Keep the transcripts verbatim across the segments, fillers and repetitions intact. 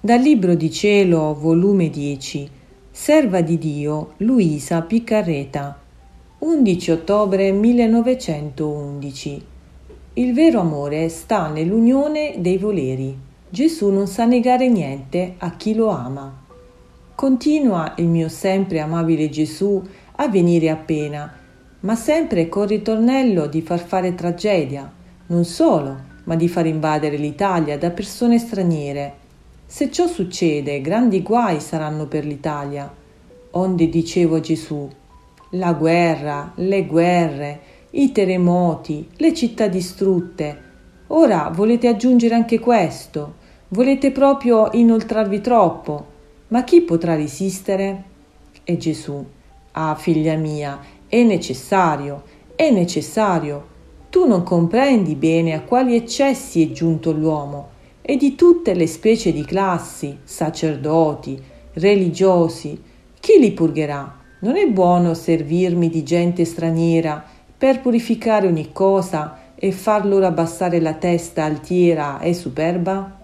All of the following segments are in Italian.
Dal Libro di Cielo, volume dieci, Serva di Dio, Luisa Piccarreta, undici ottobre millenovecentoundici. Il vero amore sta nell'unione dei voleri. Gesù non sa negare niente a chi lo ama. Continua il mio sempre amabile Gesù a venire appena, ma sempre col ritornello di far fare tragedia, non solo, ma di far invadere l'Italia da persone straniere. Se ciò succede, grandi guai saranno per l'Italia. Onde dicevo a Gesù: la guerra, le guerre, i terremoti, le città distrutte. Ora volete aggiungere anche questo? Volete proprio inoltrarvi troppo? Ma chi potrà resistere? E Gesù: ah, figlia mia, è necessario, è necessario. Tu non comprendi bene a quali eccessi è giunto l'uomo, e di tutte le specie di classi, sacerdoti, religiosi. Chi li purgherà? Non è buono servirmi di gente straniera per purificare ogni cosa e far loro abbassare la testa altiera e superba?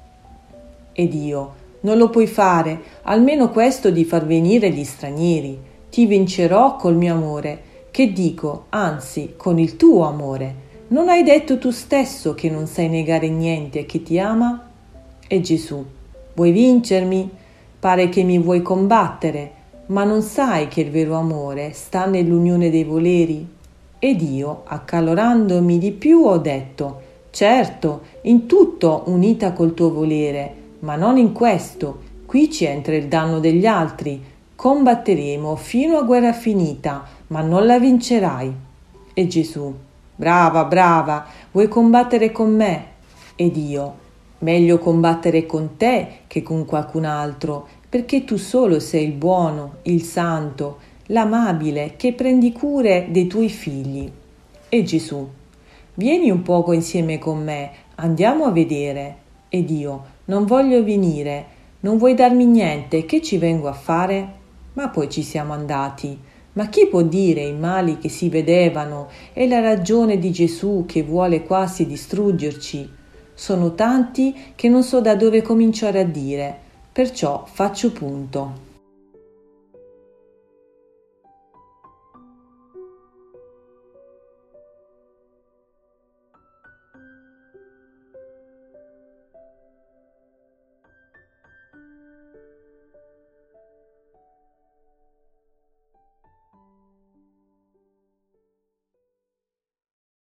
Ed io: non lo puoi fare, almeno questo di far venire gli stranieri. Ti vincerò col mio amore, che dico, anzi, con il tuo amore. Non hai detto tu stesso che non sai negare niente a chi ti ama? E Gesù: vuoi vincermi? Pare che mi vuoi combattere, ma non sai che il vero amore sta nell'unione dei voleri? Ed io, accalorandomi di più, ho detto: certo, in tutto unita col tuo volere, ma non in questo. Qui ci entra il danno degli altri. Combatteremo fino a guerra finita, ma non la vincerai. E Gesù: brava, brava, vuoi combattere con me? Ed io: meglio combattere con te che con qualcun altro, perché tu solo sei il buono, il santo, l'amabile, che prendi cure dei tuoi figli. E Gesù: vieni un poco insieme con me, andiamo a vedere. Ed io: non voglio venire, non vuoi darmi niente, che ci vengo a fare? Ma poi ci siamo andati. Ma chi può dire i mali che si vedevano e la ragione di Gesù che vuole quasi distruggerci? Sono tanti che non so da dove cominciare a dire, perciò faccio punto.